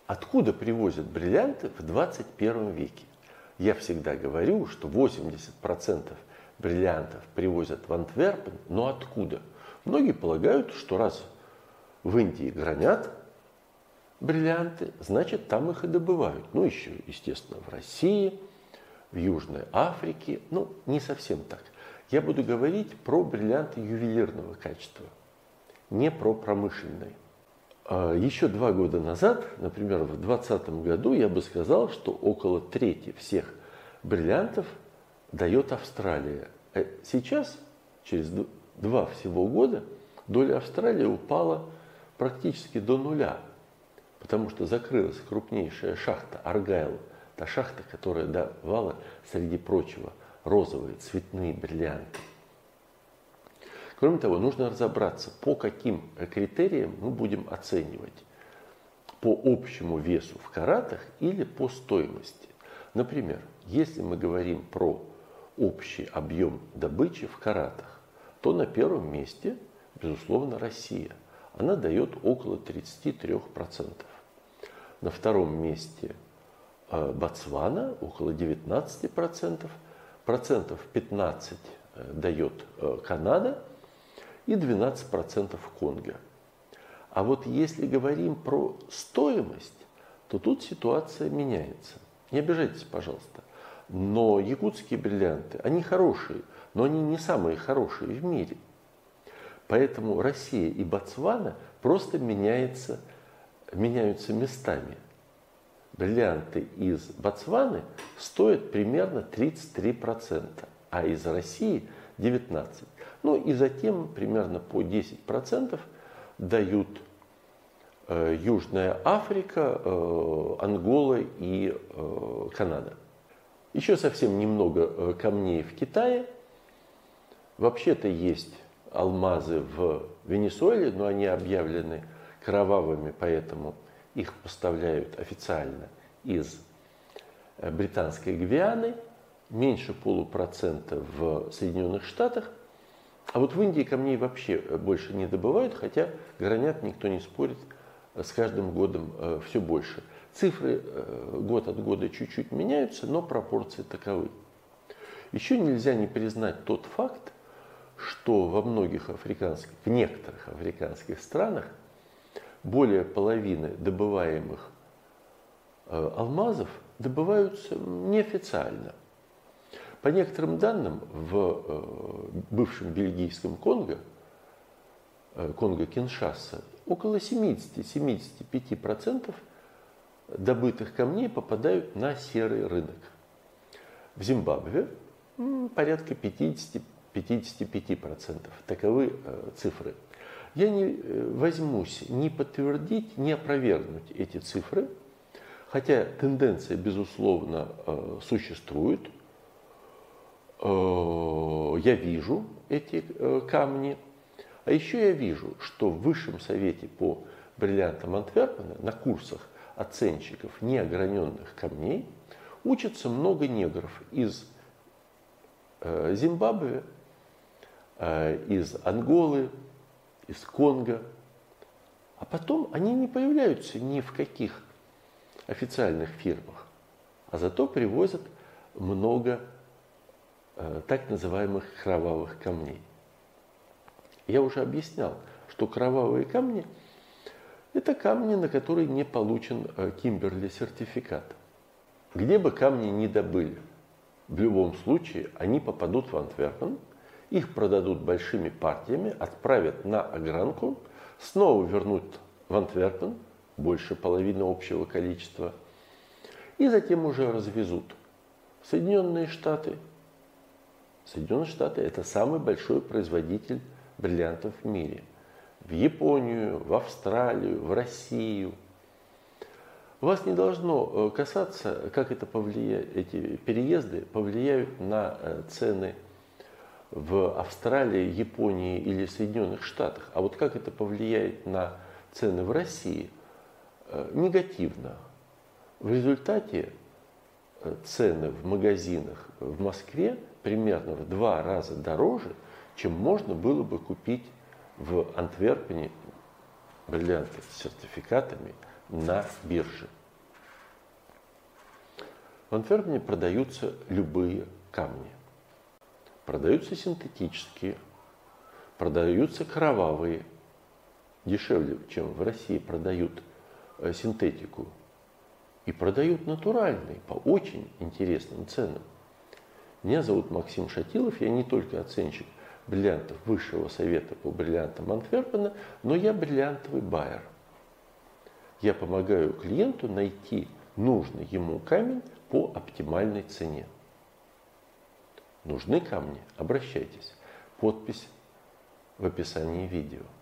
Откуда привозят бриллианты в 21 веке? Я всегда говорю, что 80% бриллиантов привозят в Антверпен, но откуда? Многие полагают, что раз в Индии гранят бриллианты, значит там их и добывают. Ну еще, естественно, в России, в Южной Африке. Ну, не совсем так. Я буду говорить про бриллианты ювелирного качества, не про промышленные. Еще 2 года назад, например, в 2020 году, я бы сказал, что около трети всех бриллиантов дает Австралия. Сейчас, через 2 всего года, доля Австралии упала практически до нуля, потому что закрылась крупнейшая шахта Аргайл, та шахта, которая давала, среди прочего, розовые цветные бриллианты. Кроме того, нужно разобраться, по каким критериям мы будем оценивать. По общему весу в каратах или по стоимости. Например, если мы говорим про общий объем добычи в каратах, то на первом месте, безусловно, Россия. Она дает около 33%. На втором месте Ботсвана, около 19%. Процентов 15% дает Канада и 12% Конго. А вот если говорим про стоимость, то тут ситуация меняется. Не обижайтесь, пожалуйста. Но якутские бриллианты, они хорошие, но они не самые хорошие в мире. Поэтому Россия и Ботсвана просто меняются местами. Бриллианты из Ботсваны стоят примерно 33%, а из России 19%. Ну и затем примерно по 10% дают Южная Африка, Ангола и Канада. Еще совсем немного камней в Китае. Вообще-то есть алмазы в Венесуэле, но они объявлены кровавыми, поэтому их поставляют официально из Британской Гвианы. Меньше 0,5% в Соединенных Штатах. А вот в Индии камней вообще больше не добывают, хотя гранят, никто не спорит, с каждым годом все больше. Цифры год от года чуть-чуть меняются, но пропорции таковы. Еще нельзя не признать тот факт, что в некоторых африканских странах более половины добываемых алмазов добываются неофициально. По некоторым данным, в бывшем бельгийском Конго, Конго-Киншаса, около 70-75% добытых камней попадают на серый рынок. В Зимбабве порядка 50-55%. Таковы цифры. Я не возьмусь ни подтвердить, ни опровергнуть эти цифры, хотя тенденция, безусловно, существует. Я вижу эти камни. А еще я вижу, что в Высшем совете по бриллиантам Антверпена на курсах оценщиков неограненных камней учатся много негров из Зимбабве, из Анголы, из Конго. А потом они не появляются ни в каких официальных фирмах, а зато привозят много так называемых кровавых камней. Я уже объяснял, что кровавые камни – это камни, на которые не получен Кимберли-сертификат. Где бы камни ни добыли, в любом случае они попадут в Антверпен, их продадут большими партиями, отправят на огранку, снова вернут в Антверпен, больше половины общего количества, и затем уже развезут в Соединенные Штаты. Соединенные Штаты – это самый большой производитель бриллиантов в мире. В Японию, в Австралию, в Россию. Вас не должно касаться, как эти переезды повлияют на цены в Австралии, Японии или Соединенных Штатах. А вот как это повлияет на цены в России? Негативно. В результате цены в магазинах в Москве примерно в 2 раза дороже, чем можно было бы купить в Антверпене бриллианты с сертификатами на бирже. В Антверпене продаются любые камни. Продаются синтетические, продаются кровавые, дешевле, чем в России продают синтетику. И продают натуральные по очень интересным ценам. Меня зовут Максим Шатилов, я не только оценщик бриллиантов Высшего совета по бриллиантам Антверпена, но я бриллиантовый байер. Я помогаю клиенту найти нужный ему камень по оптимальной цене. Нужны камни? Обращайтесь. Подпись в описании видео.